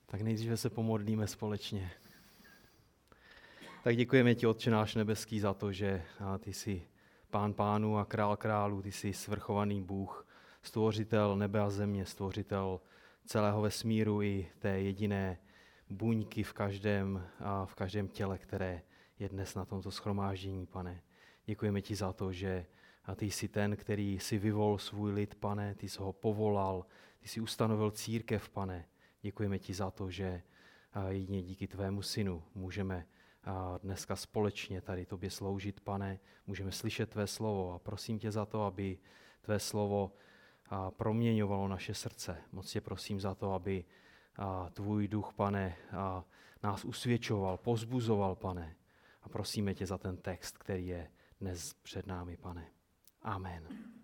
Tak nejdříve se pomodlíme společně. Tak děkujeme ti, Otče náš nebeský, za to, že ty jsi Pán pánů a král králů, ty jsi svrchovaný Bůh, stvořitel nebe a země, stvořitel celého vesmíru i té jediné buňky v každém těle, které je dnes na tomto shromáždění, Pane. Děkujeme ti za to, že ty jsi ten, který si vyvolil svůj lid, Pane, ty jsi ho povolal, ty jsi ustanovil církev, Pane. Děkujeme ti za to, že jedině díky tvému synu můžeme dneska společně tady tobě sloužit, Pane. Můžeme slyšet tvé slovo a prosím tě za to, aby tvé slovo proměňovalo naše srdce. Moc tě prosím za to, aby tvůj duch, Pane, nás usvědčoval, povzbuzoval, Pane. A prosíme tě za ten text, který je dnes před námi, Pane. Amen.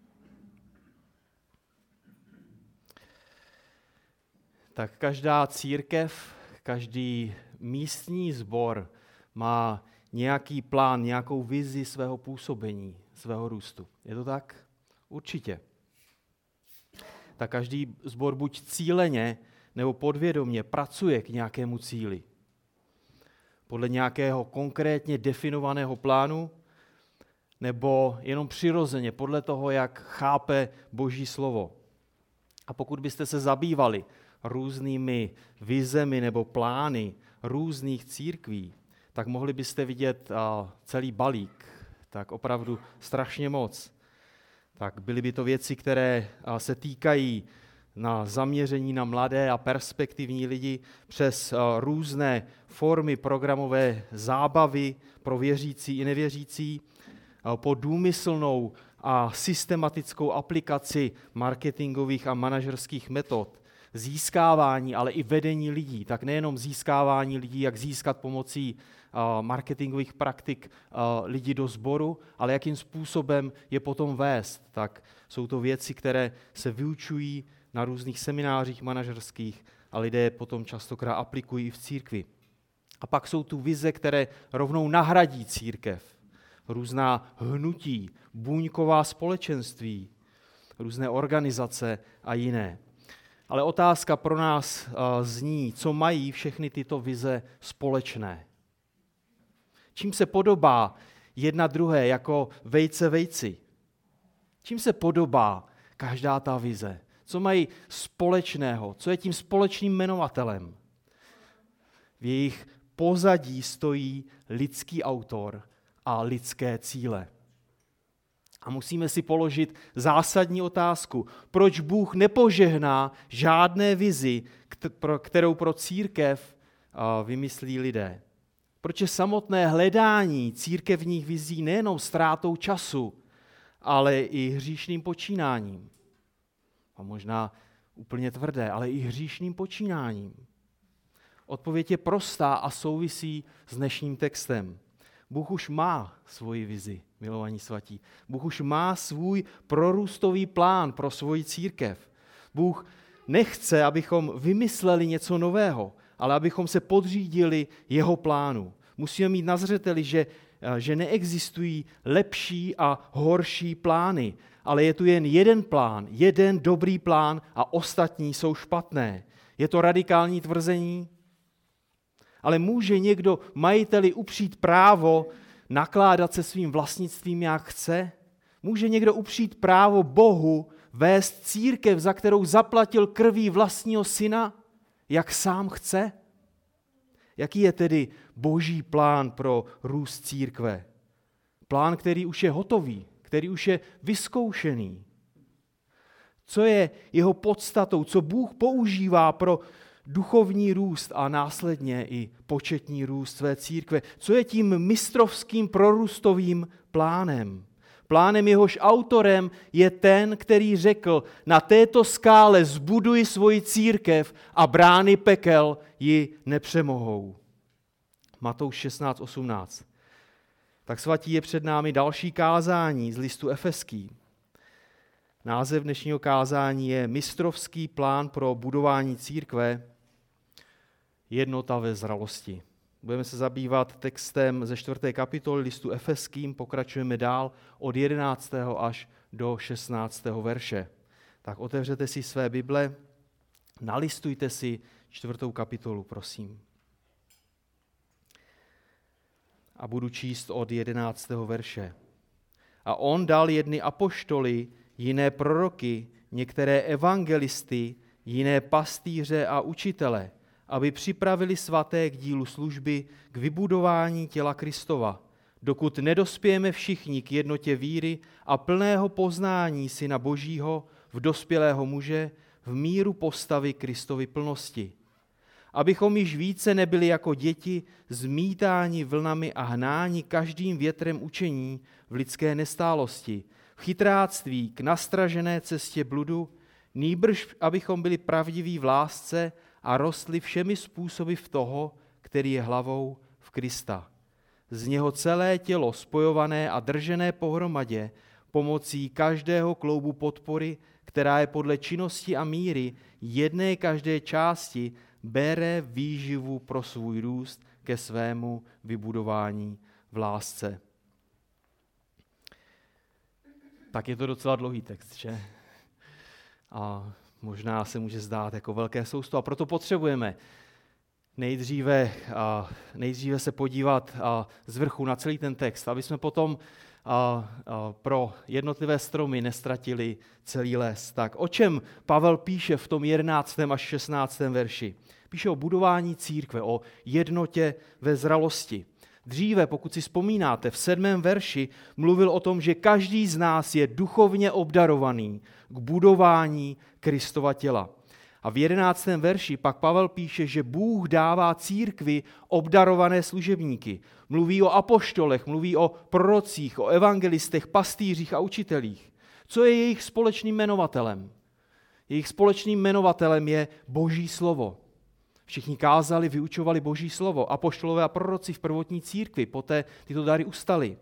Tak každá církev, každý místní sbor má nějaký plán, nějakou vizi svého působení, svého růstu. Je to tak? Určitě. Tak každý sbor buď cíleně nebo podvědomě pracuje k nějakému cíli. Podle nějakého konkrétně definovaného plánu, nebo jenom přirozeně, podle toho, jak chápe Boží slovo. A pokud byste se zabývali různými vizemi nebo plány různých církví, tak mohli byste vidět celý balík, tak opravdu strašně moc. Tak byly by to věci, které se týkají na zaměření na mladé a perspektivní lidi přes různé formy programové zábavy pro věřící i nevěřící, po důmyslnou a systematickou aplikaci marketingových a manažerských metod, získávání, ale i vedení lidí. Tak nejenom získávání lidí, jak získat pomocí marketingových praktik lidi do sboru, ale jakým způsobem je potom vést. Tak jsou to věci, které se vyučují na různých seminářích manažerských a lidé je potom častokrát aplikují v církvi. A pak jsou tu vize, které rovnou nahradí církev. Různá hnutí, buňková společenství, různé organizace a jiné. Ale otázka pro nás zní, co mají všechny tyto vize společné. Čím se podobá jedna druhé jako vejce vejci? Čím se podobá každá ta vize? Co mají společného? Co je tím společným jmenovatelem? V jejich pozadí stojí lidský autor a lidské cíle. A musíme si položit zásadní otázku, proč Bůh nepožehná žádné vizi, kterou pro církev vymyslí lidé. Proč je samotné hledání církevních vizí nejenom ztrátou času, ale i hříšným počínáním. A možná úplně tvrdé, ale i hříšným počínáním. Odpověď je prostá a souvisí s dnešním textem. Bůh už má svoji vizi, milovaní svatí. Bůh už má svůj prorůstový plán pro svoji církev. Bůh nechce, abychom vymysleli něco nového, ale abychom se podřídili jeho plánu. Musíme mít na zřeteli, že neexistují lepší a horší plány, ale je tu jen jeden plán, jeden dobrý plán a ostatní jsou špatné. Je to radikální tvrzení? Ale může někdo majiteli upřít právo nakládat se svým vlastnictvím, jak chce? Může někdo upřít právo Bohu vést církev, za kterou zaplatil krví vlastního syna, jak sám chce? Jaký je tedy Boží plán pro růst církve? Plán, který už je hotový, který už je vyzkoušený. Co je jeho podstatou, co Bůh používá pro duchovní růst a následně i početní růst své církve. Co je tím mistrovským prorůstovým plánem? Plánem, jehož autorem je ten, který řekl, na této skále zbuduji svoji církev a brány pekel ji nepřemohou. Matouš 16:18. Tak svatí, je před námi další kázání z listu Efeským. Název dnešního kázání je Mistrovský plán pro budování církve, jednota ve zralosti. Budeme se zabývat textem ze 4. kapitoly listu Efeským, pokračujeme dál od 11. až do 16. verše. Tak otevřete si své Bible Nalistujte si 4. kapitolu, prosím. A budu číst od 11. verše. A on dal jedny apoštoly, jiné proroky, některé evangelisty, jiné pastýře a učitele, aby připravili svaté k dílu služby, k vybudování těla Kristova, dokud nedospějeme všichni k jednotě víry a plného poznání Syna Božího, v dospělého muže, v míru postavy Kristovy plnosti. Abychom již více nebyli jako děti, zmítáni vlnami a hnáni každým větrem učení v lidské nestálosti, v chytráctví k nastražené cestě bludu, nýbrž abychom byli pravdiví v lásce a rostli všemi způsoby v toho, který je hlavou, v Krista. Z něho celé tělo spojované a držené pohromadě pomocí každého kloubu podpory, která je podle činnosti a míry jedné každé části, bere výživu pro svůj růst ke svému vybudování v lásce. Tak je to docela dlouhý text, že? A možná se může zdát jako velké sousto. A proto potřebujeme nejdříve se podívat z vrchu na celý ten text, aby jsme potom pro jednotlivé stromy nestratili celý les. Tak o čem Pavel píše v tom 11. až 16. verši? Píše o budování církve, o jednotě ve zralosti. Dříve, pokud si vzpomínáte, v 7. verši mluvil o tom, že každý z nás je duchovně obdarovaný k budování Kristova těla. A v 11. verši pak Pavel píše, že Bůh dává církvi obdarované služebníky. Mluví o apoštolech, mluví o prorocích, o evangelistech, pastýřích a učitelích. Co je jejich společným jmenovatelem? Jejich společným jmenovatelem je Boží slovo. Všichni kázali, vyučovali Boží slovo. Apoštolové a proroci v prvotní církvi, poté tyto dary ustaly.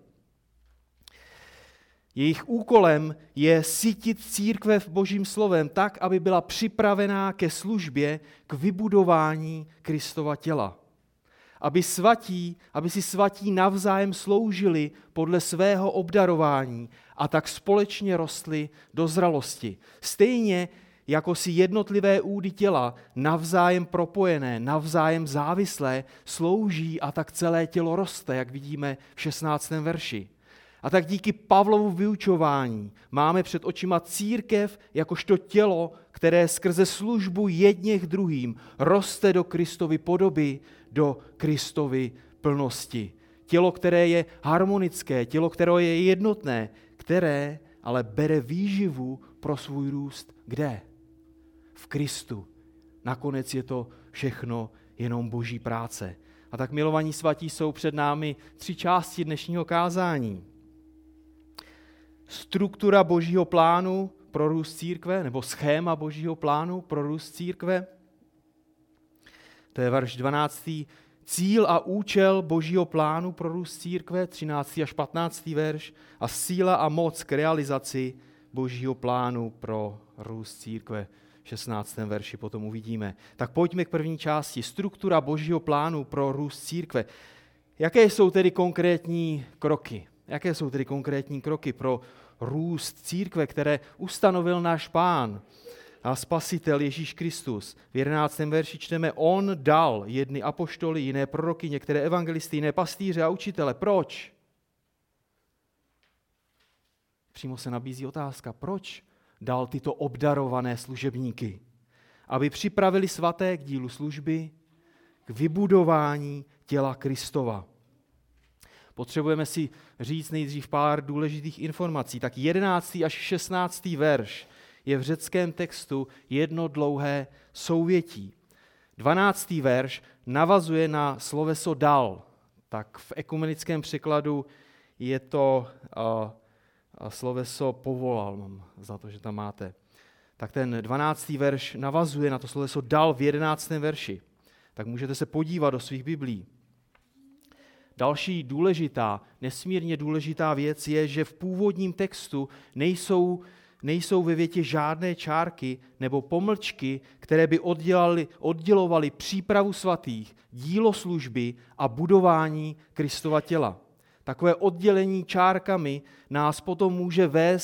Jejich úkolem je sytit církve v Božím slovem tak, aby byla připravená ke službě, k vybudování Kristova těla. Aby si svatí navzájem sloužili podle svého obdarování a tak společně rostli do zralosti. Stejně jako si jednotlivé údy těla navzájem propojené, navzájem závislé, slouží a tak celé tělo roste, jak vidíme v 16. verši. A tak díky Pavlovu vyučování máme před očima církev jakožto tělo, které skrze službu jedněch druhým roste do Kristovy podoby, do Kristovy plnosti. Tělo, které je harmonické, tělo, které je jednotné, které ale bere výživu pro svůj růst kde? V Kristu. Nakonec je to všechno jenom Boží práce. A tak, milovaní svatí, jsou před námi 3 části dnešního kázání. Struktura Božího plánu pro růst církve, nebo schéma Božího plánu pro růst církve. To je verš 12. Cíl a účel Božího plánu pro růst církve, 13. až 15. verš. A síla a moc k realizaci Božího plánu pro růst církve, 16. verši potom uvidíme. Tak pojďme k první části. Struktura Božího plánu pro růst církve. Jaké jsou tedy konkrétní kroky? Jaké jsou tedy konkrétní kroky pro růst církve, které ustanovil náš Pán a Spasitel Ježíš Kristus? V 11. verši čteme, on dal jedny apoštoly, jiné proroky, některé evangelisty, jiné pastýře a učitele. Proč? Přímo se nabízí otázka, proč dal tyto obdarované služebníky? Aby připravili svaté k dílu služby, k vybudování těla Kristova. Potřebujeme si říct nejdřív pár důležitých informací. Tak 11. až 16. verš je v řeckém textu jedno dlouhé souvětí. 12. verš navazuje na sloveso dal. Tak v ekumenickém překladu je to sloveso povolal, mám za to, že tam máte. Tak ten 12. verš navazuje na to sloveso dal v 11. verši. Tak můžete se podívat do svých biblí. Další důležitá, nesmírně důležitá věc je, že v původním textu nejsou ve větě žádné čárky nebo pomlčky, které by oddělovaly přípravu svatých, dílo služby a budování Kristova těla. Takové oddělení čárkami nás potom může vést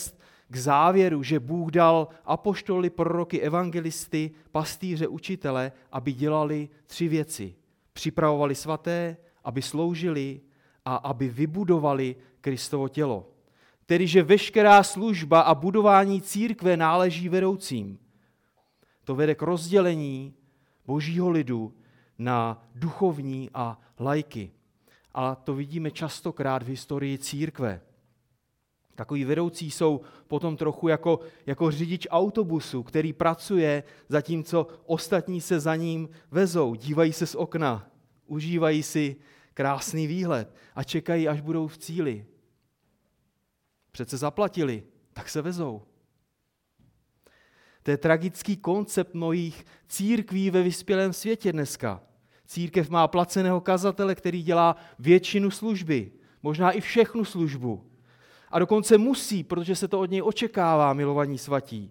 k závěru, že Bůh dal apoštoly, proroky, evangelisty, pastýře, učitele, aby dělali 3 věci. Připravovali svaté, aby sloužili a aby vybudovali Kristovo tělo. Tedy, že veškerá služba a budování církve náleží vedoucím. To vede k rozdělení Božího lidu na duchovní a laiky. A to vidíme častokrát v historii církve. Takoví vedoucí jsou potom trochu jako řidič autobusu, který pracuje, zatímco ostatní se za ním vezou, dívají se z okna, užívají si krásný výhled a čekají, až budou v cíli. Přece zaplatili, tak se vezou. To je tragický koncept mnohých církví ve vyspělém světě dneska. Církev má placeného kazatele, který dělá většinu služby, možná i všechnu službu. A dokonce musí, protože se to od něj očekává, milovaní svatí.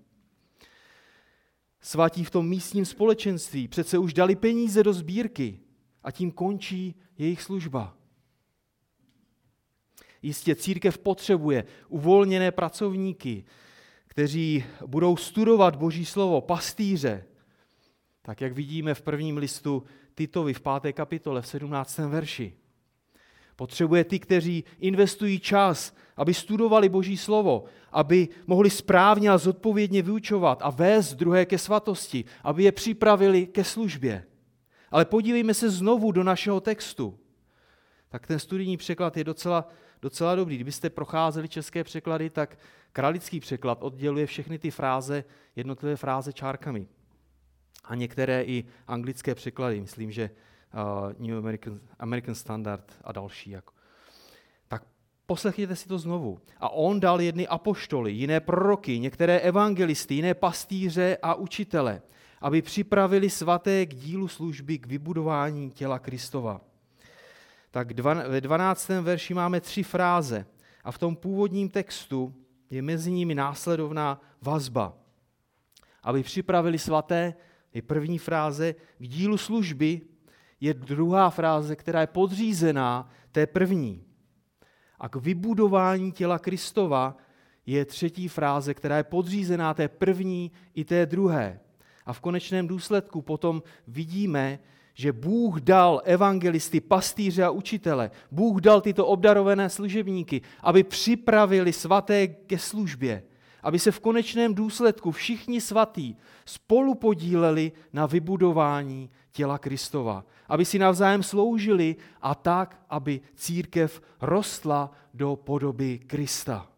Svatí v tom místním společenství přece už dali peníze do sbírky a tím končí jejich služba. Jistě církev potřebuje uvolněné pracovníky, kteří budou studovat Boží slovo, pastýře, tak jak vidíme v prvním listu Titovi v 5. kapitole v 17. verši. Potřebuje ty, kteří investují čas, aby studovali Boží slovo, aby mohli správně a zodpovědně vyučovat a vést druhé ke svatosti, aby je připravili ke službě. Ale podívejme se znovu do našeho textu. Tak ten studijní překlad je docela dobrý. Kdybyste procházeli české překlady, tak kralický překlad odděluje všechny ty fráze, jednotlivé fráze čárkami. A některé i anglické překlady, myslím, že New American Standard a další. Tak poslechněte si to znovu. A on dal jedny apoštoly, jiné proroky, některé evangelisty, jiné pastýře a učitele, aby připravili svaté k dílu služby, k vybudování těla Kristova. Tak ve 12. verši máme 3 fráze a v tom původním textu je mezi nimi následovná vazba. Aby připravili svaté, je první fráze, k dílu služby je druhá fráze, která je podřízená té první. A k vybudování těla Kristova je třetí fráze, která je podřízená té první i té druhé. A v konečném důsledku potom vidíme, že Bůh dal evangelisty, pastýře a učitele. Bůh dal tyto obdarované služebníky, aby připravili svaté ke službě. Aby se v konečném důsledku všichni svatí spolu podíleli na vybudování těla Kristova. Aby si navzájem sloužili a tak, aby církev rostla do podoby Krista.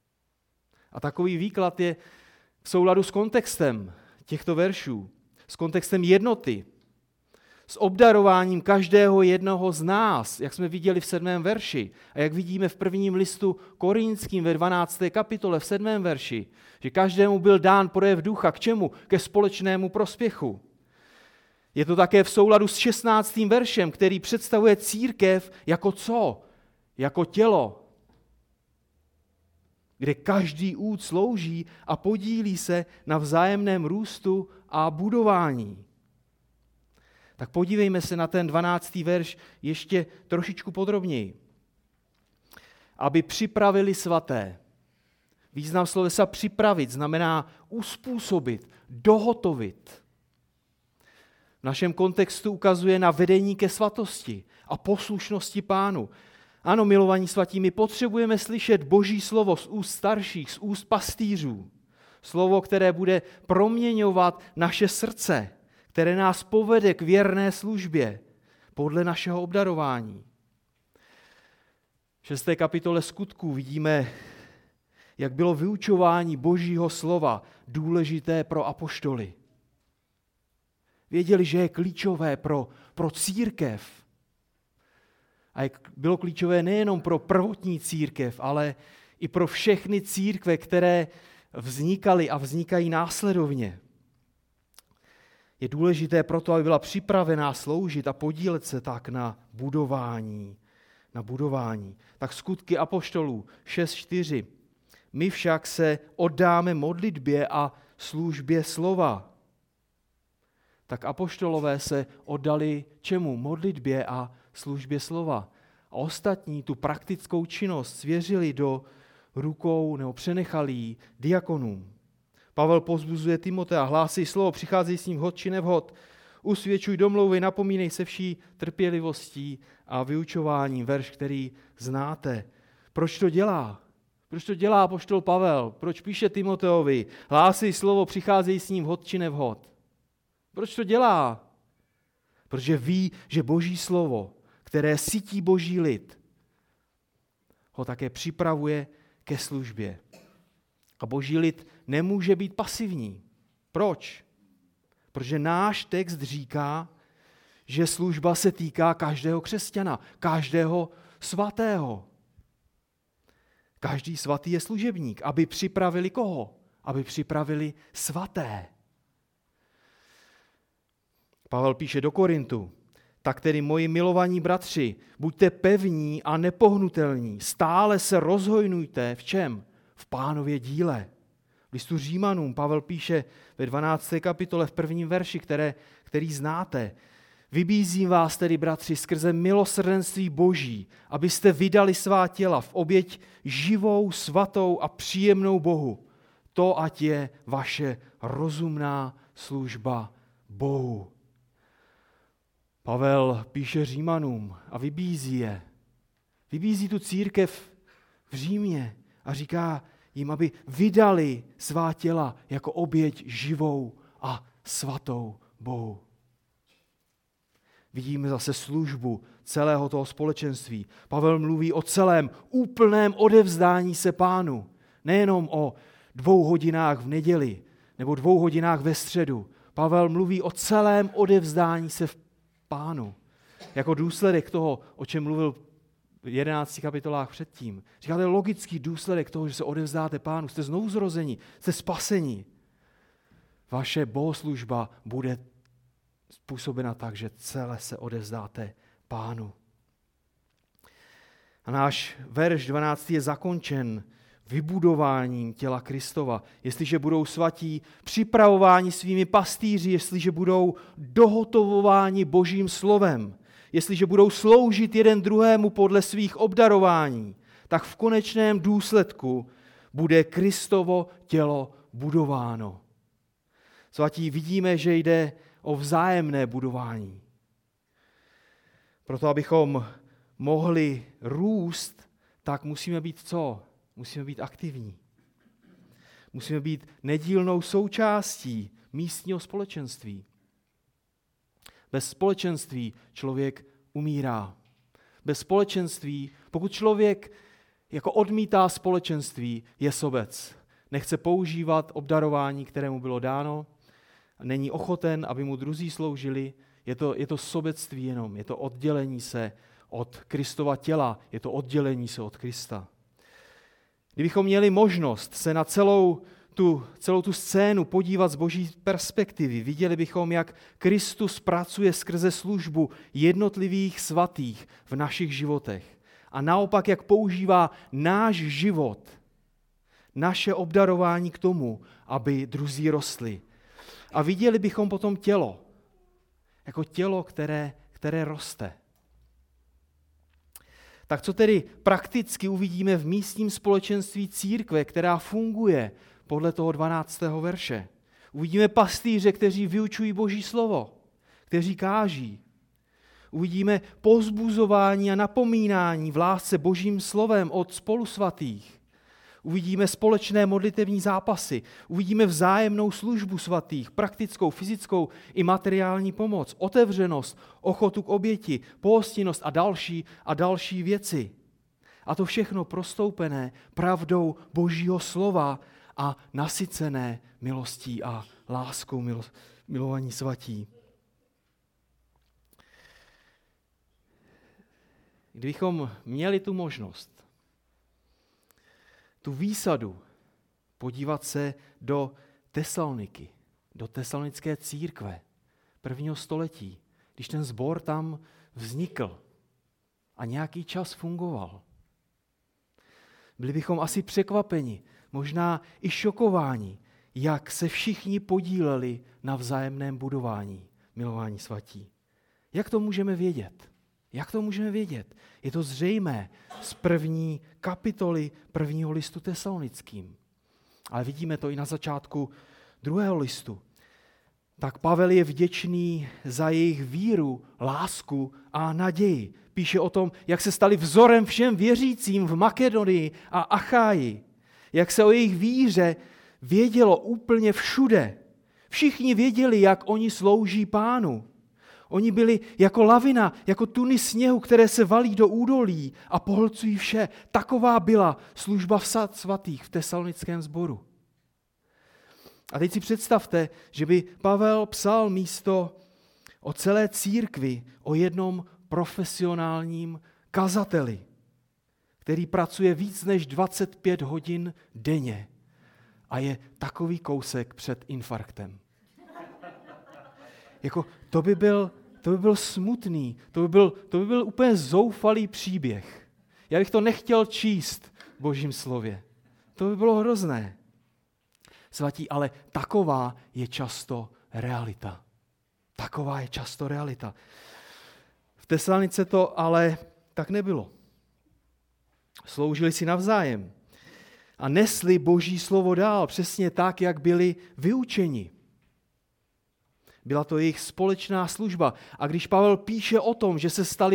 A takový výklad je v souladu s kontextem těchto veršů, s kontextem jednoty, s obdarováním každého jednoho z nás, jak jsme viděli v 7. verši a jak vidíme v prvním listu Korinským ve 12. kapitole v 7. verši, že každému byl dán projev ducha. K čemu? Ke společnému prospěchu. Je to také v souladu s 16. veršem, který představuje církev jako co? Jako tělo, kde každý úd slouží a podílí se na vzájemném růstu a budování. Tak podívejme se na ten 12. verš ještě trošičku podrobněji. Aby připravili svaté. Význam slovesa připravit znamená uspůsobit, dohotovit. V našem kontextu ukazuje na vedení ke svatosti a poslušnosti Pánu. Ano, milovaní svatí, my potřebujeme slyšet Boží slovo z úst starších, z úst pastýřů. Slovo, které bude proměňovat naše srdce, které nás povede k věrné službě podle našeho obdarování. V 6. kapitole Skutků vidíme, jak bylo vyučování Božího slova důležité pro apoštoly. Věděli, že je klíčové pro církev. A bylo klíčové nejenom pro prvotní církev, ale i pro všechny církve, které vznikaly a vznikají následovně. Je důležité proto, aby byla připravená sloužit a podílet se tak na budování. Tak skutky apoštolů 6.4. My však se oddáme modlitbě a službě slova. Tak apoštolové se oddali čemu? Modlitbě a službě slova. A ostatní tu praktickou činnost svěřili do rukou nebo přenechal ji diakonům. Pavel povzbuzuje Timotea, hlásí slovo, přichází s ním vhod či nevhod, usvědčuj domlouvy, napomínej se vší trpělivostí a vyučováním, verš, který znáte. Proč to dělá? Proč to dělá apoštol Pavel? Proč píše Timoteovi, hlásí slovo, přichází s ním vhod či nevhod? Proč to dělá? Protože ví, že Boží slovo, které sytí Boží lid, ho také připravuje ke službě. A Boží lid nemůže být pasivní. Proč? Protože náš text říká, že služba se týká každého křesťana, každého svatého. Každý svatý je služebník, aby připravili koho? Aby připravili svaté. Pavel píše do Korintu, tak tedy moji milovaní bratři, buďte pevní a nepohnutelní, stále se rozhojnujte v čem? V Pánově díle. V listu Římanům Pavel píše ve 12. kapitole v 1. verši, který znáte. Vybízím vás tedy, bratři, skrze milosrdenství Boží, abyste vydali svá těla v oběť živou, svatou a příjemnou Bohu. To ať je vaše rozumná služba Bohu. Pavel píše Římanům a vybízí je. Vybízí tu církev v Římě a říká jim, aby vydali svá těla jako oběť živou a svatou Bohu. Vidíme zase službu celého toho společenství. Pavel mluví o celém úplném odevzdání se Pánu. Nejenom o 2 hodinách v neděli nebo 2 hodinách ve středu. Pavel mluví o celém odevzdání se Pánu. Jako důsledek toho, o čem mluvil v 11 kapitolách předtím. Říká, to je logický důsledek toho, že se odevzdáte Pánu. Jste znovuzrození, jste spasení. Vaše bohoslužba bude způsobena tak, že celé se odevzdáte Pánu. A náš verš 12 je zakončen vybudováním těla Kristova. Jestliže budou svatí připravováni svými pastýři, jestliže budou dohotovováni Božím slovem, jestliže budou sloužit jeden druhému podle svých obdarování, tak v konečném důsledku bude Kristovo tělo budováno. Svatí, vidíme, že jde o vzájemné budování. Proto, abychom mohli růst, tak musíme být co? Musíme být aktivní. Musíme být nedílnou součástí místního společenství. Bez společenství člověk umírá. Bez společenství, pokud člověk jako odmítá společenství, je sobec. Nechce používat obdarování, které mu bylo dáno, není ochoten, aby mu druzí sloužili, je to sobectví jenom, je to oddělení se od Kristova těla, je to oddělení se od Krista. Kdybychom měli možnost se na celou tu scénu podívat z Boží perspektivy, viděli bychom, jak Kristus pracuje skrze službu jednotlivých svatých v našich životech. A naopak, jak používá náš život, naše obdarování k tomu, aby druzí rostli. A viděli bychom potom tělo, jako tělo, které roste. Tak co tedy prakticky uvidíme v místním společenství církve, která funguje podle toho 12. verše? Uvidíme pastýře, kteří vyučují Boží slovo, kteří káží. Uvidíme povzbuzování a napomínání v lásce Božím slovem od spolusvatých. Uvidíme společné modlitevní zápasy, uvidíme vzájemnou službu svatých, praktickou, fyzickou i materiální pomoc, otevřenost, ochotu k oběti, pohostinnost a další věci. A to všechno prostoupené pravdou Božího slova a nasycené milostí a láskou milovaní svatí. Kdybychom měli tu možnost, tu výsadu podívat se do Tesaloniky, do tesalonické církve 1. století, když ten sbor tam vznikl a nějaký čas fungoval. Byli bychom asi překvapeni, možná i šokováni, jak se všichni podíleli na vzájemném budování, milování svatí. Jak to můžeme vědět? Jak to můžeme vědět? Je to zřejmé z první kapitoly prvního listu Tesalonickým. Ale vidíme to i na začátku druhého listu. Tak Pavel je vděčný za jejich víru, lásku a naději. Píše o tom, jak se stali vzorem všem věřícím v Makedonii a Acháji. Jak se o jejich víře vědělo úplně všude. Všichni věděli, jak oni slouží Pánu. Oni byli jako lavina, jako tuny sněhu, které se valí do údolí a pohlcují vše. Taková byla služba svatých v tesalonickém sboru. A teď si představte, že by Pavel psal místo o celé církvi o jednom profesionálním kazateli, který pracuje víc než 25 hodin denně a je takový kousek před infarktem. Jako, to by byl smutný, to by byl úplně zoufalý příběh. Já bych to nechtěl číst v Božím slově. To by bylo hrozné. Svatí, ale taková je často realita. Taková je často realita. V Tesalonice to ale tak nebylo. Sloužili si navzájem a nesli Boží slovo dál, přesně tak, jak byli vyučeni. Byla to jejich společná služba. A když Pavel píše o tom, že se stali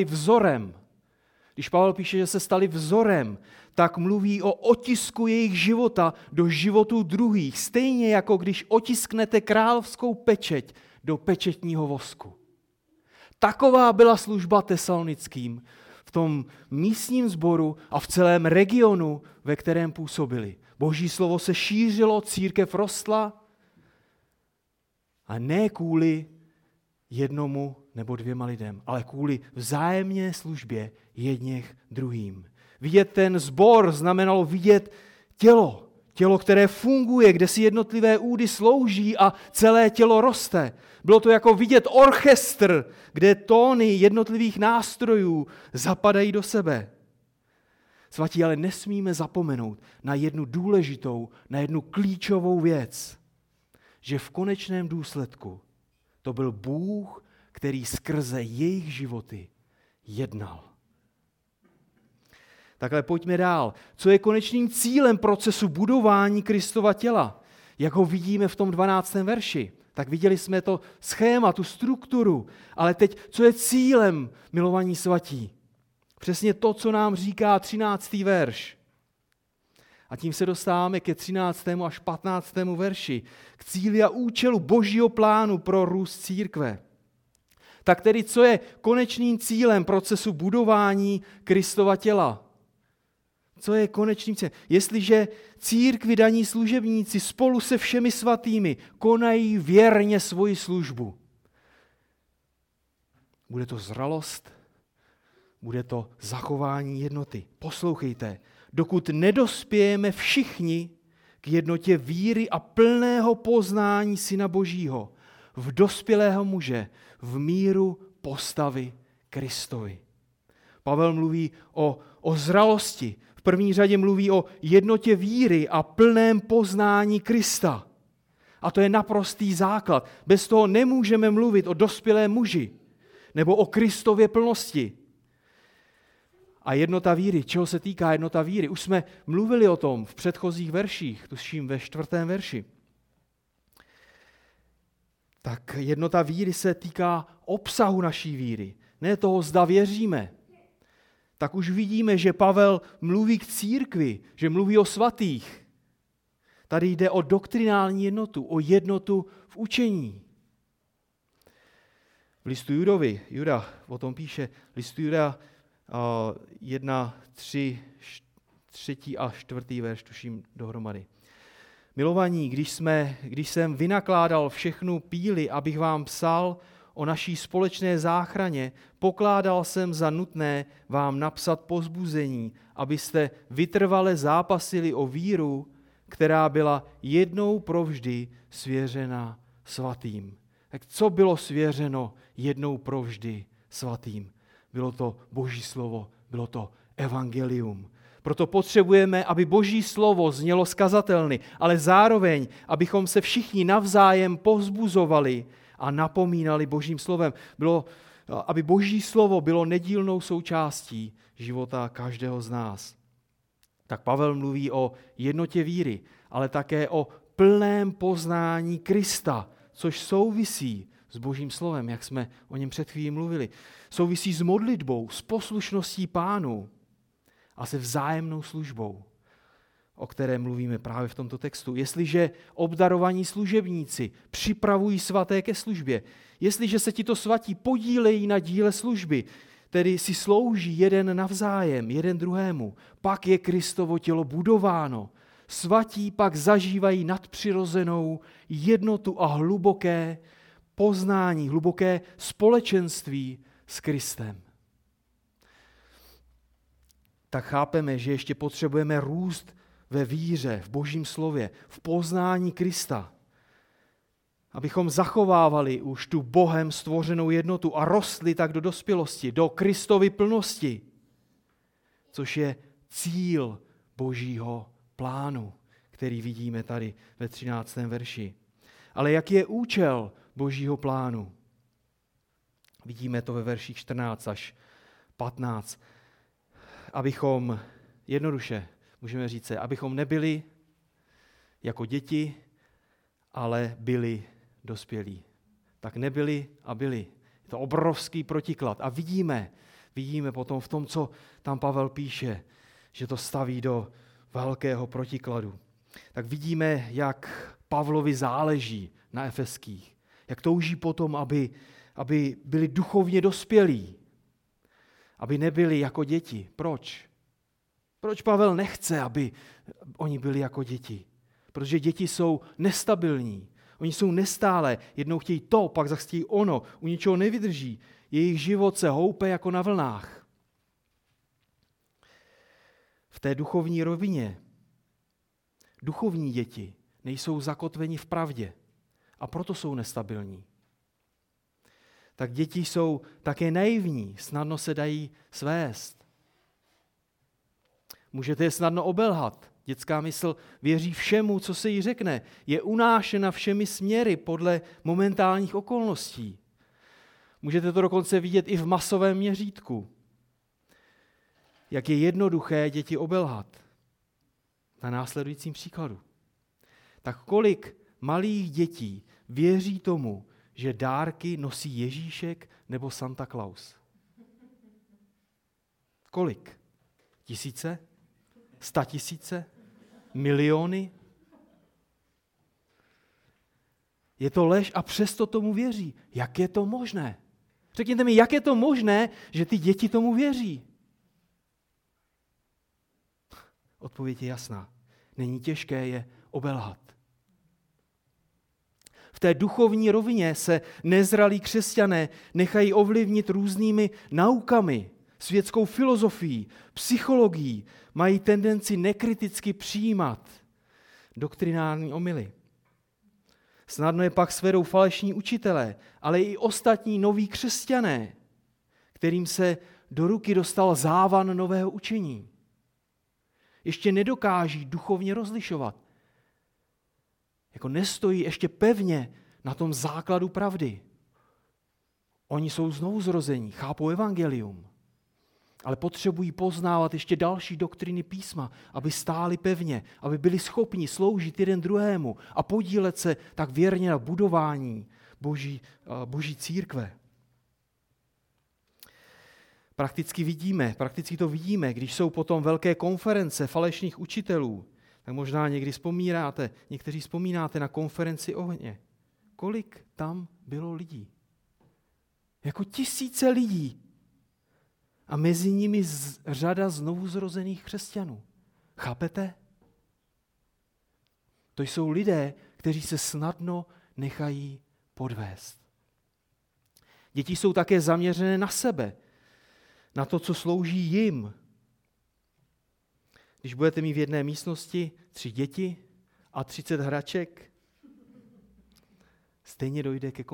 vzorem, tak mluví o otisku jejich života do životů druhých, stejně jako když otisknete královskou pečeť do pečetního vosku. Taková byla služba tesalonickým v tom místním sboru a v celém regionu, ve kterém působili. Boží slovo se šířilo, církev rostla a ne kvůli jednomu nebo dvěma lidem, ale kvůli vzájemné službě jedněch druhým. Vidět ten sbor znamenalo vidět tělo, které funguje, kde si jednotlivé údy slouží a celé tělo roste. Bylo to jako vidět orchestr, kde tóny jednotlivých nástrojů zapadají do sebe. Svatí, ale nesmíme zapomenout na jednu důležitou, na jednu klíčovou věc, že v konečném důsledku to byl Bůh, který skrze jejich životy jednal. Takhle pojďme dál. Co je konečným cílem procesu budování Kristova těla? Jak ho vidíme v tom 12. verši? Tak viděli jsme to schéma, tu strukturu. Ale teď, co je cílem, milovaní svatí? Přesně to, co nám říká 13. verš. A tím se dostáváme ke 13. až 15. verši. K cíli a účelu Božího plánu pro růst církve. Tak tedy, co je konečným cílem procesu budování Kristova těla? Co je konečným cílem? Jestliže církvi daní služebníci spolu se všemi svatými konají věrně svoji službu. Bude to zralost, bude to zachování jednoty. Poslouchejte, dokud nedospějeme všichni k jednotě víry a plného poznání Syna Božího, v dospělého muže, v míru postavy Kristovi. Pavel mluví o zralosti. V první řadě mluví o jednotě víry a plném poznání Krista. A to je naprostý základ. Bez toho nemůžeme mluvit o dospělém muži nebo o Kristově plnosti. A jednota víry, čeho se týká jednota víry? Už jsme mluvili o tom v předchozích verších, tuším ve 4. verši. Tak jednota víry se týká obsahu naší víry, ne toho, zda věříme. Tak už vidíme, že Pavel mluví k církvi, že mluví o svatých. Tady jde o doktrinální jednotu, o jednotu v učení. V listu Judovi, Juda o tom píše, listu Juda 1, 3 a 4. verš, tuším dohromady. Milovaní, když jsem vynakládal všechnu píli, abych vám psal o naší společné záchraně, pokládal jsem za nutné vám napsat povzbuzení, abyste vytrvale zápasili o víru, která byla jednou provždy svěřena svatým. Tak co bylo svěřeno jednou provždy svatým? Bylo to Boží slovo, bylo to evangelium. Proto potřebujeme, aby Boží slovo znělo skazatelny, ale zároveň, abychom se všichni navzájem povzbuzovali a napomínali Božím slovem. Bylo aby Boží slovo bylo nedílnou součástí života každého z nás. Tak Pavel mluví o jednotě víry, ale také o plném poznání Krista, což souvisí s Božím slovem, jak jsme o něm před chvílí mluvili. Souvisí s modlitbou, s poslušností Pánu a se vzájemnou službou, o které mluvíme právě v tomto textu. Jestliže obdarovaní služebníci připravují svaté ke službě, jestliže se tito svatí podílejí na díle služby, tedy si slouží jeden navzájem, jeden druhému, pak je Kristovo tělo budováno. Svatí pak zažívají nadpřirozenou jednotu a hluboké poznání, hluboké společenství s Kristem. Tak chápeme, že ještě potřebujeme růst ve víře, v Božím slově, v poznání Krista, abychom zachovávali už tu Bohem stvořenou jednotu a rostli tak do dospělosti, do Kristovy plnosti, což je cíl Božího plánu, který vidíme tady ve 13. verši. Ale jaký je účel Božího plánu? Vidíme to ve verších 14 až 15. Abychom jednoduše, můžeme říct, abychom nebyli jako děti, ale byli dospělí. Tak nebyli a byli. Je to obrovský protiklad. A vidíme potom v tom, co tam Pavel píše, že to staví do velkého protikladu. Tak vidíme, jak Pavlovi záleží na Efeských. Jak touží potom, aby byli duchovně dospělí. Aby nebyli jako děti. Proč? Proč Pavel nechce, aby oni byli jako děti? Protože děti jsou nestabilní. Oni jsou nestálé. Jednou chtějí to, pak zase chtějí ono. U ničeho nevydrží. Jejich život se houpe jako na vlnách. V té duchovní rovině duchovní děti nejsou zakotveni v pravdě a proto jsou nestabilní. Tak děti jsou také naivní, snadno se dají svést. Můžete je snadno obelhat. Dětská mysl věří všemu, co se jí řekne. Je unášena všemi směry podle momentálních okolností. Můžete to dokonce vidět i v masovém měřítku. Jak je jednoduché děti obelhat. Na následujícím příkladu. Tak kolik malých dětí věří tomu, že dárky nosí Ježíšek nebo Santa Claus? Kolik? 1000? 100 000? Miliony? Je to lež a přesto tomu věří. Jak je to možné? Řekněte mi, jak je to možné, že ty děti tomu věří? Odpověď je jasná. Není těžké je obelhat. V té duchovní rovině se nezralí křesťané nechají ovlivnit různými naukami, světskou filozofií, psychologií, mají tendenci nekriticky přijímat doktrinální omyly. Snadno je pak svedou falešní učitelé, ale i ostatní noví křesťané, kterým se do ruky dostal závan nového učení. Ještě nedokáží duchovně rozlišovat. Jako nestojí ještě pevně na tom základu pravdy. Oni jsou znovuzrození, chápou evangelium, ale potřebují poznávat ještě další doktriny písma, aby stáli pevně, aby byli schopni sloužit jeden druhému a podílet se tak věrně na budování Boží církve. Prakticky to vidíme, když jsou potom velké konference falešných učitelů, tak možná někteří vzpomínáte na konferenci ohně. Kolik tam bylo lidí? Jako 1000 lidí. A mezi nimi řada znovuzrozených křesťanů. Chápete? To jsou lidé, kteří se snadno nechají podvést. Děti jsou také zaměřené na sebe, na to, co slouží jim. Když budete mít v jedné místnosti 3 děti a 30 hraček, stejně dojde ke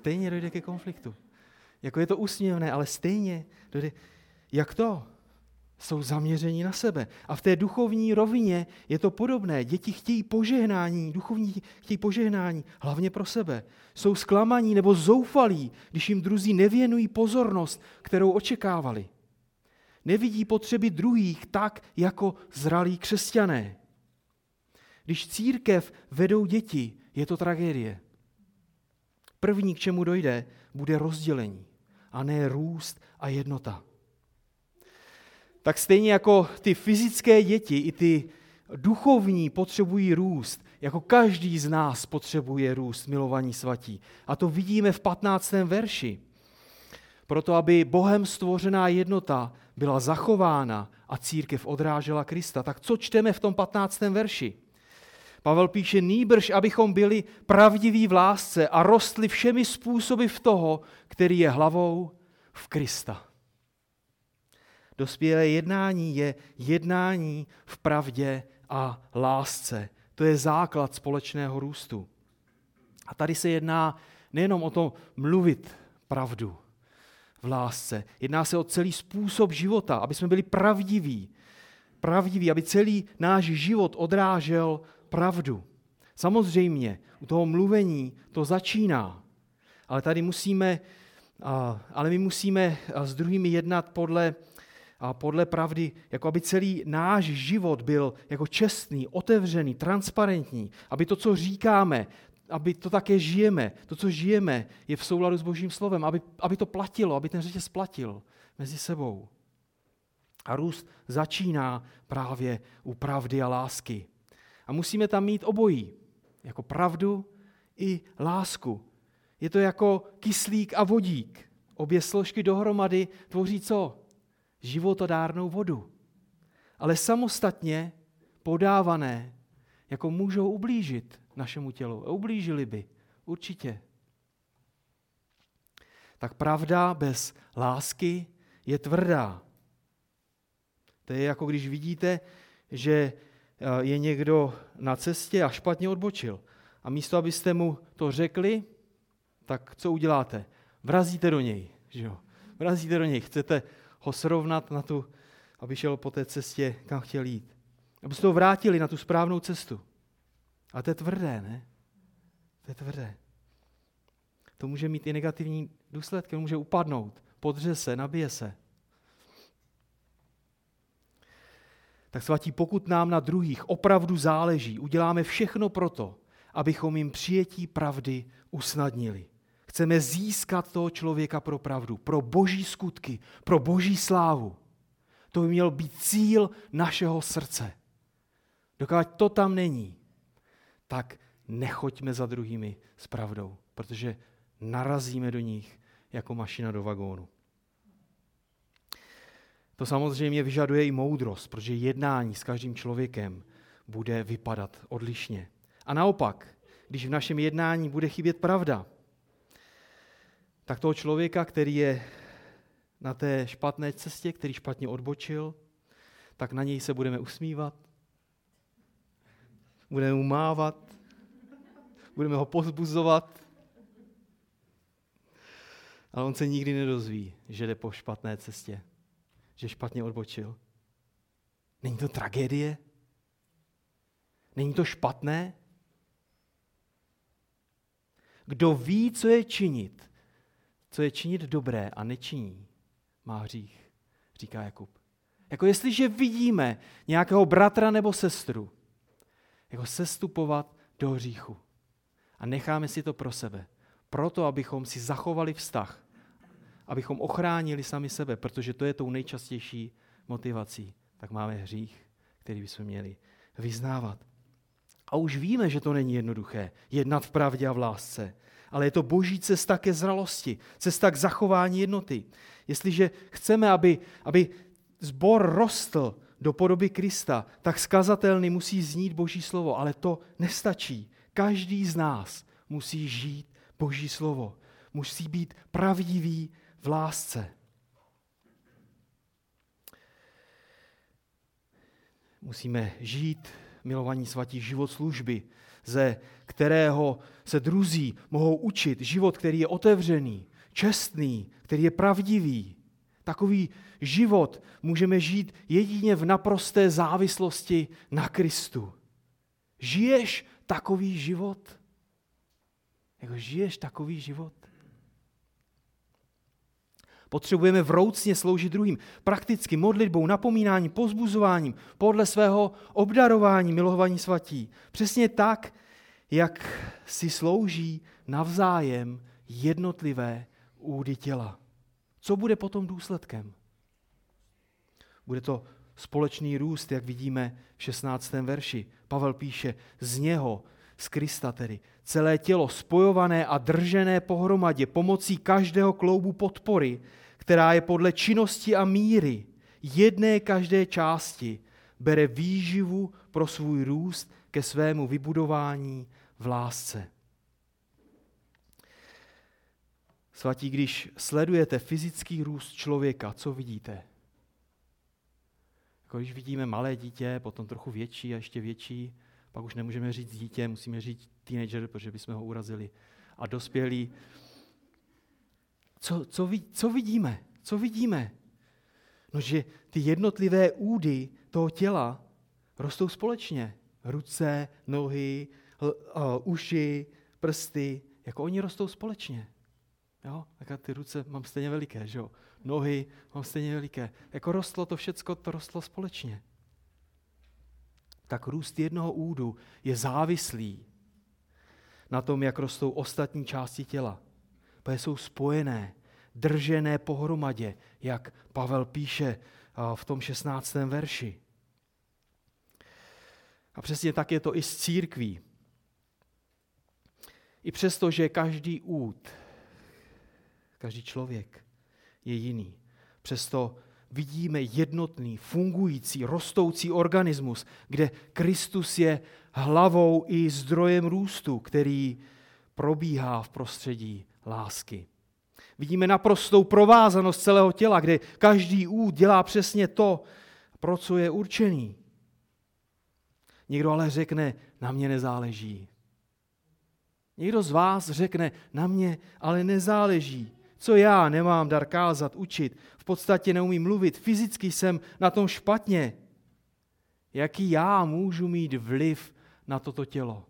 konfliktu. Jako je to úsměvné, ale stejně dojde. Jak to? jsou zaměření na sebe. A v té duchovní rovině je to podobné. Děti chtějí požehnání, duchovní chtějí požehnání, hlavně pro sebe. Jsou zklamaní nebo zoufalí, když jim druzí nevěnují pozornost, kterou očekávali. Nevidí potřeby druhých tak, jako zralí křesťané. Když církev vedou děti, je to tragédie. První, k čemu dojde, bude rozdělení, a ne růst a jednota. Tak stejně jako ty fyzické děti, i ty duchovní potřebují růst, jako každý z nás potřebuje růst, milovaní svatí. A to vidíme v 15. verši. Proto, aby Bohem stvořená jednota byla zachována a církev odrážela Krista. Tak co čteme v tom 15. verši? Pavel píše, nýbrž, abychom byli pravdiví v lásce a rostli všemi způsoby v toho, který je hlavou, v Krista. Dospělé jednání je jednání v pravdě a lásce. To je základ společného růstu. A tady se jedná nejenom o to mluvit pravdu v lásce. Jedná se o celý způsob života, aby jsme byli pravdiví, aby celý náš život odrážel pravdu. Samozřejmě, u toho mluvení to začíná, ale tady my musíme s druhými jednat podle pravdy, jako aby celý náš život byl jako čestný, otevřený, transparentní, aby to, co říkáme, aby to také žijeme, to, co žijeme, je v souladu s Božím slovem, aby to platilo, aby ten řetěz platil mezi sebou. A růst začíná právě u pravdy a lásky. A musíme tam mít obojí, jako pravdu i lásku. Je to jako kyslík a vodík. Obě složky dohromady tvoří co? Životodárnou vodu. Ale samostatně podávané, jako můžou ublížit našemu tělu. A ublížili by, určitě. Tak pravda bez lásky je tvrdá. To je jako když vidíte, že je někdo na cestě a špatně odbočil. A místo, abyste mu to řekli, tak co uděláte? Vrazíte do něj. Že jo? Vrazíte do něj. Chcete ho srovnat na tu, aby šel po té cestě, kam chtěl jít. Abyste ho vrátili na tu správnou cestu. A to je tvrdé, ne? To je tvrdé. To může mít i negativní důsledky. On může upadnout, podře se, nabije se. Tak svatí, pokud nám na druhých opravdu záleží, uděláme všechno proto, abychom jim přijetí pravdy usnadnili. Chceme získat toho člověka pro pravdu, pro boží skutky, pro boží slávu. To by měl být cíl našeho srdce. Dokud to tam není, tak nechoďme za druhými s pravdou, protože narazíme do nich jako mašina do vagónu. To samozřejmě vyžaduje i moudrost, protože jednání s každým člověkem bude vypadat odlišně. A naopak, když v našem jednání bude chybět pravda, tak toho člověka, který je na té špatné cestě, který špatně odbočil, tak na něj se budeme usmívat, budeme mu mávat, budeme ho povzbuzovat, ale on se nikdy nedozví, že jde po špatné cestě, že špatně odbočil. Není to tragédie? Není to špatné? Kdo ví, co je činit dobré a nečiní, má hřích, říká Jakub. Jako jestliže vidíme nějakého bratra nebo sestru, jako sestupovat do hříchu a necháme si to pro sebe, proto, abychom si zachovali vztah, abychom ochránili sami sebe, protože to je tou nejčastější motivací, tak máme hřích, který bychom měli vyznávat. A už víme, že to není jednoduché, jednat v pravdě a v lásce, ale je to boží cesta ke zralosti, cesta k zachování jednoty. Jestliže chceme, aby sbor rostl do podoby Krista, tak z kazatelny musí znít boží slovo, ale to nestačí. Každý z nás musí žít boží slovo. Musí být pravdivý v lásce. Musíme žít, milovaní svatí, život služby, ze kterého se druzí mohou učit. Život, který je otevřený, čestný, který je pravdivý. Takový život můžeme žít jedině v naprosté závislosti na Kristu. Žiješ takový život? Jako žiješ takový život? Potřebujeme vroucně sloužit druhým, prakticky modlitbou, napomínáním, povzbuzováním, podle svého obdarování, milovaní svatí. Přesně tak, jak si slouží navzájem jednotlivé údy těla. Co bude potom důsledkem? Bude to společný růst, jak vidíme v 16. verši. Pavel píše, z něho, z Krista tedy, celé tělo spojované a držené pohromadě pomocí každého kloubu podpory, která je podle činnosti a míry jedné každé části, bere výživu pro svůj růst ke svému vybudování v lásce. Svatí, když sledujete fyzický růst člověka, co vidíte? Jako když vidíme malé dítě, potom trochu větší a ještě větší, pak už nemůžeme říct dítě, musíme říct teenager, protože bychom ho urazili. A dospělí. Co vidíme? Co vidíme? No, že ty jednotlivé údy toho těla rostou společně. Ruce, nohy, uši, prsty, jako oni rostou společně. Jo? Tak ty ruce mám stejně veliké, že jo? Nohy mám stejně veliké. Jako rostlo to všecko, to rostlo společně. Tak růst jednoho údu je závislý na tom, jak rostou ostatní části těla. Protože jsou spojené, držené pohromadě, jak Pavel píše v tom 16. verši. A přesně tak je to i s církví. I přesto, že každý úd, každý člověk je jiný, přesto vidíme jednotný, fungující, rostoucí organismus, kde Kristus je hlavou i zdrojem růstu, který probíhá v prostředí lásky. Vidíme naprostou provázanost celého těla, kde každý úd dělá přesně to, pro co je určený. Někdo ale řekne, na mě nezáleží. Někdo z vás řekne, na mě ale nezáleží. Co já nemám dar kázat, učit, v podstatě neumím mluvit, fyzicky jsem na tom špatně. Jaký já můžu mít vliv na toto tělo?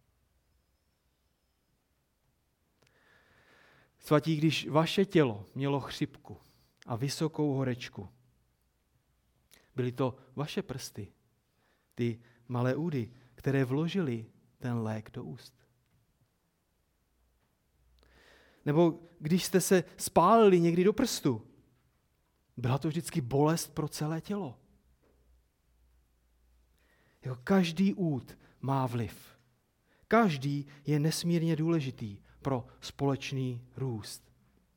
Svatí, když vaše tělo mělo chřipku a vysokou horečku, byly to vaše prsty, ty malé údy, které vložily ten lék do úst. Nebo když jste se spálili někdy do prstu, byla to vždycky bolest pro celé tělo. Jo, každý úd má vliv. Každý je nesmírně důležitý pro společný růst.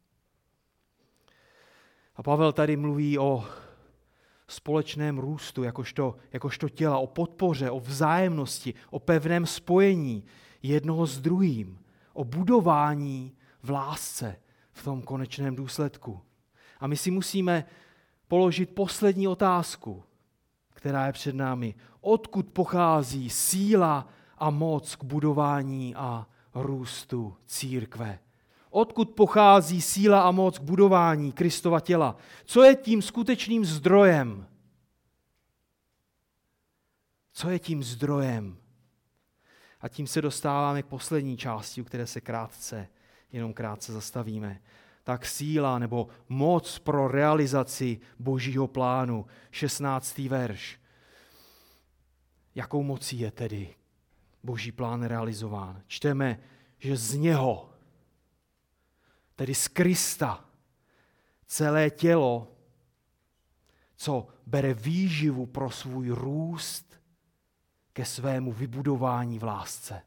A Pavel tady mluví o společném růstu, jakožto těla, o podpoře, o vzájemnosti, o pevném spojení jednoho s druhým, o budování v lásce v tom konečném důsledku. A my si musíme položit poslední otázku, která je před námi. Odkud pochází síla a moc k budování a růstu církve? Odkud pochází síla a moc k budování Kristova těla? Co je tím skutečným zdrojem? Co je tím zdrojem? A tím se dostáváme k poslední části, u které se jenom krátce zastavíme. Tak síla nebo moc pro realizaci Božího plánu. 16. verš. Jakou mocí je tedy Boží plán realizován? Čteme, že z něho, tedy z Krista, celé tělo, co bere výživu pro svůj růst ke svému vybudování v lásce.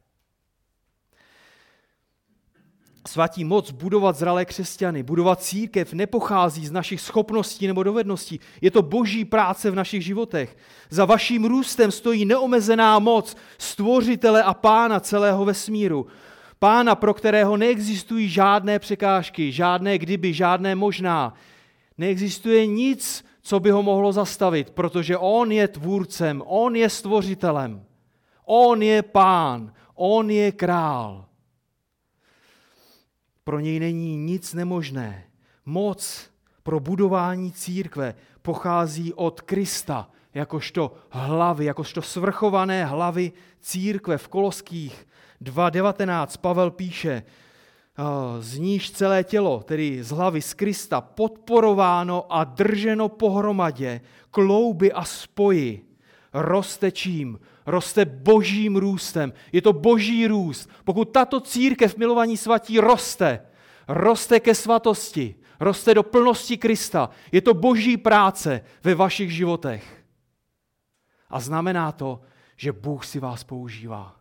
Svatí, moc budovat zralé křesťany, budovat církev nepochází z našich schopností nebo dovedností. Je to Boží práce v našich životech. Za vaším růstem stojí neomezená moc Stvořitele a Pána celého vesmíru. Pána, pro kterého neexistují žádné překážky, žádné kdyby, žádné možná. Neexistuje nic, co by ho mohlo zastavit, protože on je tvůrcem, on je stvořitelem, on je Pán, on je král. Pro něj není nic nemožné. Moc pro budování církve pochází od Krista, jakožto hlavy, jakožto svrchované hlavy církve. V Koloských 2.19 Pavel píše, z níž celé tělo, tedy z hlavy z Krista, podporováno a drženo pohromadě klouby a spoji, roste čím? Roste božím růstem. Je to boží růst. Pokud tato církev, milovaní svatí, roste ke svatosti, roste do plnosti Krista, je to boží práce ve vašich životech. A znamená to, že Bůh si vás používá.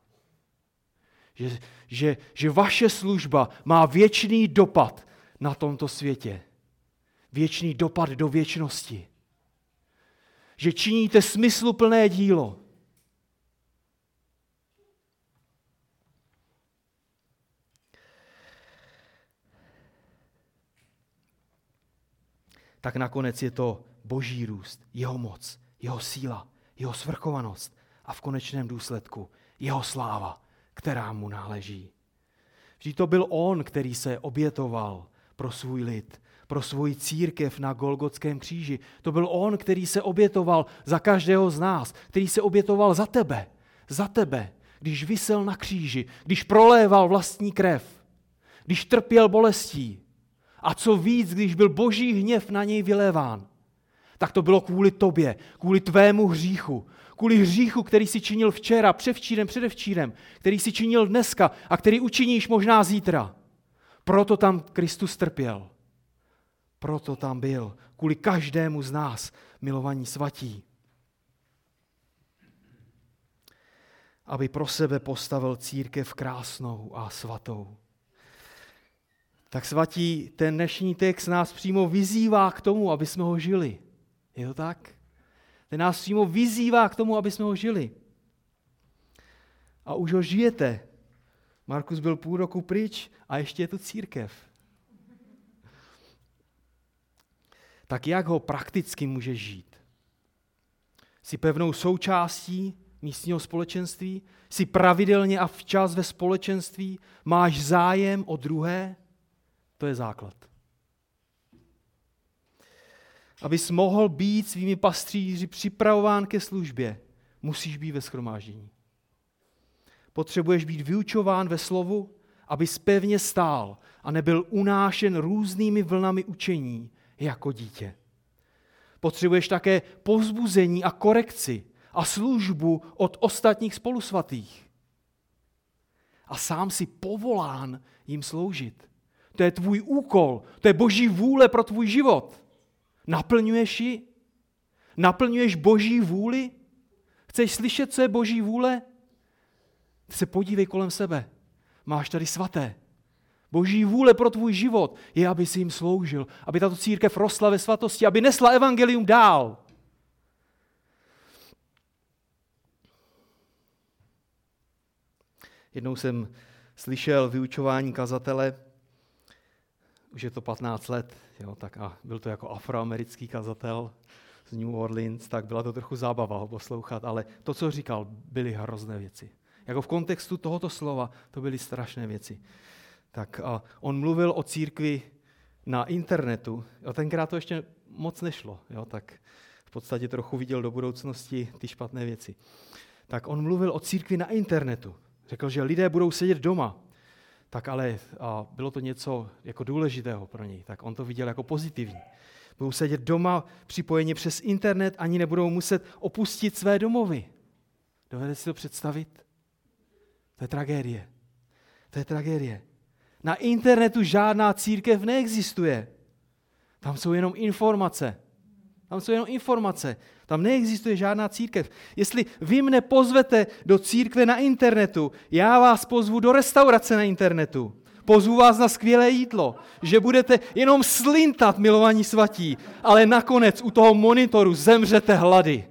Že vaše služba má věčný dopad na tomto světě. Věčný dopad do věčnosti. Že činíte smysluplné dílo. Tak nakonec je to boží růst, jeho moc, jeho síla, jeho svrchovanost a v konečném důsledku jeho sláva, která mu náleží. Vždyť to byl on, který se obětoval pro svůj lid, pro svoji církev na Golgotském kříži. To byl on, který se obětoval za každého z nás, který se obětoval za tebe, když visel na kříži, když proléval vlastní krev, když trpěl bolestí. A co víc, když byl boží hněv na něj vyléván, tak to bylo kvůli tobě, kvůli tvému hříchu, kvůli hříchu, který si činil včera, předevčírem, který si činil dneska a který učiníš možná zítra. Proto tam Kristus trpěl. Proto tam byl, kvůli každému z nás, milovaní svatí. Aby pro sebe postavil církev krásnou a svatou. Tak svatí, ten dnešní text nás přímo vyzývá k tomu, aby jsme ho žili. Je to tak? Ten nás přímo vyzývá k tomu, aby jsme ho žili. A už ho žijete. Markus byl půl roku pryč a ještě je tu církev. Tak jak ho prakticky můžeš žít? Jsi pevnou součástí místního společenství? Jsi pravidelně a včas ve společenství? Máš zájem o druhé? To je základ. Abys mohl být svými pastýři připravován ke službě, musíš být ve shromáždění. Potřebuješ být vyučován ve slovu, abys pevně stál a nebyl unášen různými vlnami učení jako dítě. Potřebuješ také povzbuzení a korekci a službu od ostatních spolusvatých. A sám si povolán jim sloužit. To je tvůj úkol, to je boží vůle pro tvůj život. Naplňuješ ji? Naplňuješ boží vůli? Chceš slyšet, co je boží vůle? Ty se podívej kolem sebe. Máš tady svaté. Boží vůle pro tvůj život je, aby si jim sloužil, aby tato církev rostla ve svatosti, aby nesla evangelium dál. Jednou jsem slyšel vyučování kazatele, už je to 15 let, jo, tak a byl to jako afroamerický kazatel z New Orleans, tak byla to trochu zábava ho poslouchat, ale to, co říkal, byly hrozné věci. Jako v kontextu tohoto slova to byly strašné věci. Tak a on mluvil o církvi na internetu, a tenkrát to ještě moc nešlo, jo, tak v podstatě trochu viděl do budoucnosti ty špatné věci. Tak on mluvil o církvi na internetu. Řekl, že lidé budou sedět doma, tak ale bylo to něco jako důležitého pro něj, tak on to viděl jako pozitivní. Budou sedět doma připojeni přes internet, ani nebudou muset opustit své domovy. Dovedete si to představit? To je tragédie. To je tragédie. Na internetu žádná církev neexistuje. Tam jsou jenom informace. Tam neexistuje žádná církev. Jestli vy mne pozvete do církve na internetu, já vás pozvu do restaurace na internetu. Pozvu vás na skvělé jídlo, že budete jenom slintat, milovaní svatí, ale nakonec u toho monitoru zemřete hlady.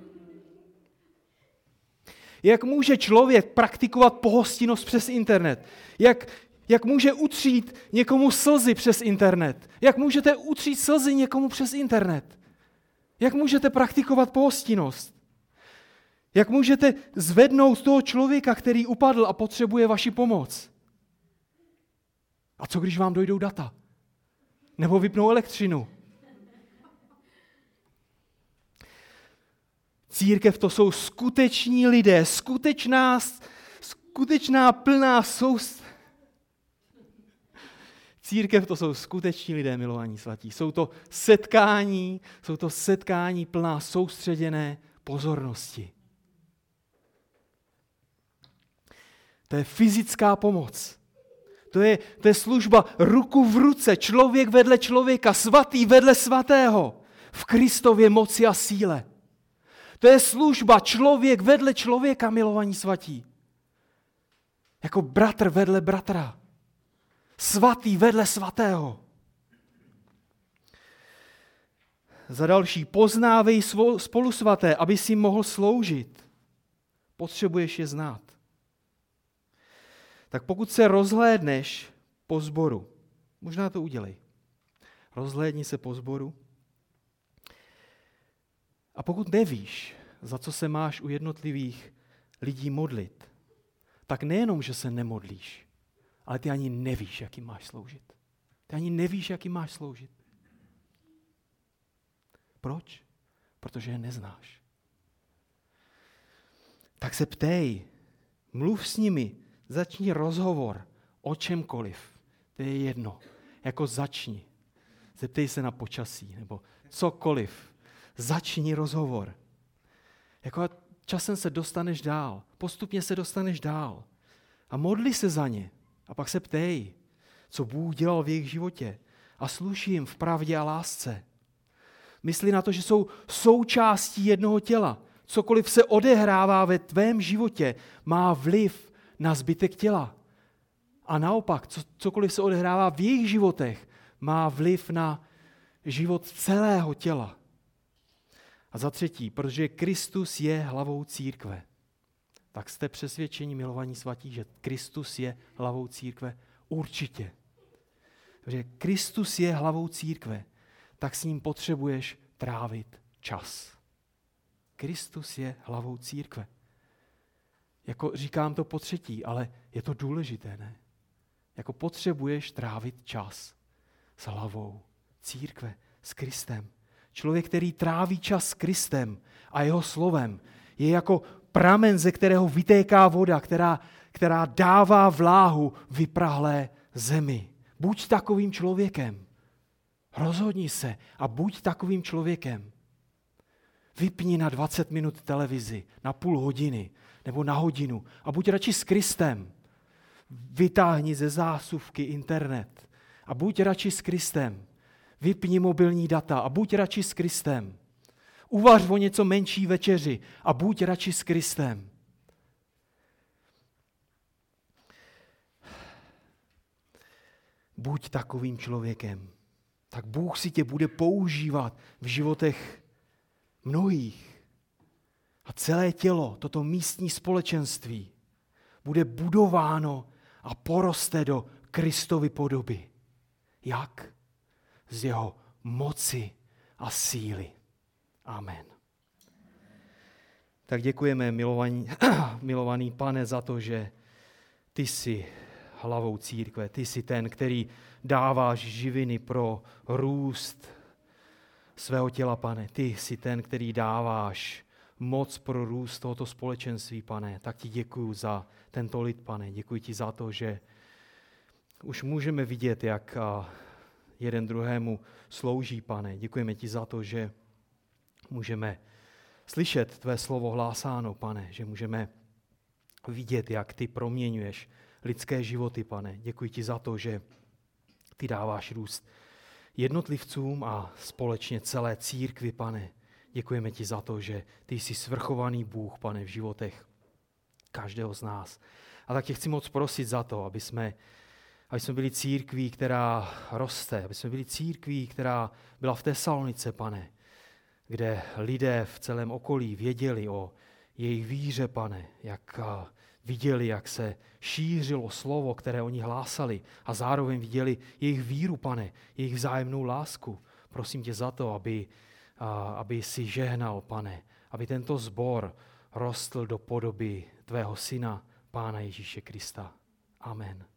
Jak může člověk praktikovat pohostinnost přes internet? Jak může utřít někomu slzy přes internet? Jak můžete utřít slzy někomu přes internet? Jak můžete praktikovat pohostinnost? Jak můžete zvednout toho člověka, který upadl a potřebuje vaši pomoc? A co když vám dojdou data? Nebo vypnou elektřinu? Církev to jsou skuteční lidé, skutečná plná Církev to jsou skuteční lidé, milovaní svatí. Jsou to setkání plná soustředěné pozornosti. To je fyzická pomoc. To je služba ruku v ruce, člověk vedle člověka, svatý vedle svatého, v Kristově moci a síle. To je služba člověk vedle člověka, milovaní svatí. Jako bratr vedle bratra. Svatý vedle svatého. Za další, poznávej spolusvaté, aby si mohl sloužit. Potřebuješ je znát. Tak pokud se rozhlédneš po sboru, možná to udělej. Rozhlédni se po sboru. A pokud nevíš, za co se máš u jednotlivých lidí modlit, tak nejenom, že se nemodlíš, ale ty ani nevíš, jak jim máš sloužit. Ty ani nevíš, jak jim máš sloužit. Proč? Protože je neznáš. Tak se ptej, mluv s nimi, začni rozhovor o čemkoliv. To je jedno. Jako začni. Zeptej se na počasí nebo cokoliv. Začni rozhovor. Jako časem se dostaneš dál. Postupně se dostaneš dál. A modli se za ně. A pak se ptej, co Bůh dělal v jejich životě. A služ jim v pravdě a lásce. Mysli na to, že jsou součástí jednoho těla. Cokoliv se odehrává ve tvém životě, má vliv na zbytek těla. A naopak, cokoliv se odehrává v jejich životech, má vliv na život celého těla. A za třetí, protože Kristus je hlavou církve, tak jste přesvědčeni, milovaní svatí, že Kristus je hlavou církve? Určitě. Protože Kristus je hlavou církve, tak s ním potřebuješ trávit čas. Kristus je hlavou církve. Jako říkám to po třetí, ale je to důležité, ne? Jako potřebuješ trávit čas s hlavou církve, s Kristem. Člověk, který tráví čas s Kristem a jeho slovem, je jako pramen, ze kterého vytéká voda, která dává vláhu vyprahlé zemi. Buď takovým člověkem. Rozhodni se a buď takovým člověkem. Vypni na 20 minut televizi, na půl hodiny nebo na hodinu a buď radši s Kristem. Vytáhni ze zásuvky internet a buď radši s Kristem. Vypni mobilní data a buď radši s Kristem. Uvař o něco menší večeři a buď radši s Kristem. Buď takovým člověkem. Tak Bůh si tě bude používat v životech mnohých. A celé tělo, toto místní společenství, bude budováno a poroste do Kristovy podoby. Jak? Z jeho moci a síly. Amen. Tak děkujeme, milovaný Pane, za to, že ty jsi hlavou církve. Ty jsi ten, který dáváš živiny pro růst svého těla, Pane. Ty jsi ten, který dáváš moc pro růst tohoto společenství, Pane. Tak ti děkuju za tento lid, Pane. Děkuji ti za to, že už můžeme vidět, jak jeden druhému slouží, Pane. Děkujeme ti za to, že můžeme slyšet tvé slovo hlásáno, Pane. Že můžeme vidět, jak ty proměňuješ lidské životy, Pane. Děkuji ti za to, že ty dáváš růst jednotlivcům a společně celé církvi, Pane. Děkujeme ti za to, že ty jsi svrchovaný Bůh, Pane, v životech každého z nás. A tak tě chci moc prosit za to, aby jsme byli církví, která roste, aby jsme byli církví, která byla v Tesalonice, Pane, kde lidé v celém okolí věděli o jejich víře, Pane, jak viděli, jak se šířilo slovo, které oni hlásali a zároveň viděli jejich víru, Pane, jejich vzájemnou lásku. Prosím tě za to, aby si žehnal, Pane, aby tento sbor rostl do podoby tvého syna, Pána Ježíše Krista. Amen.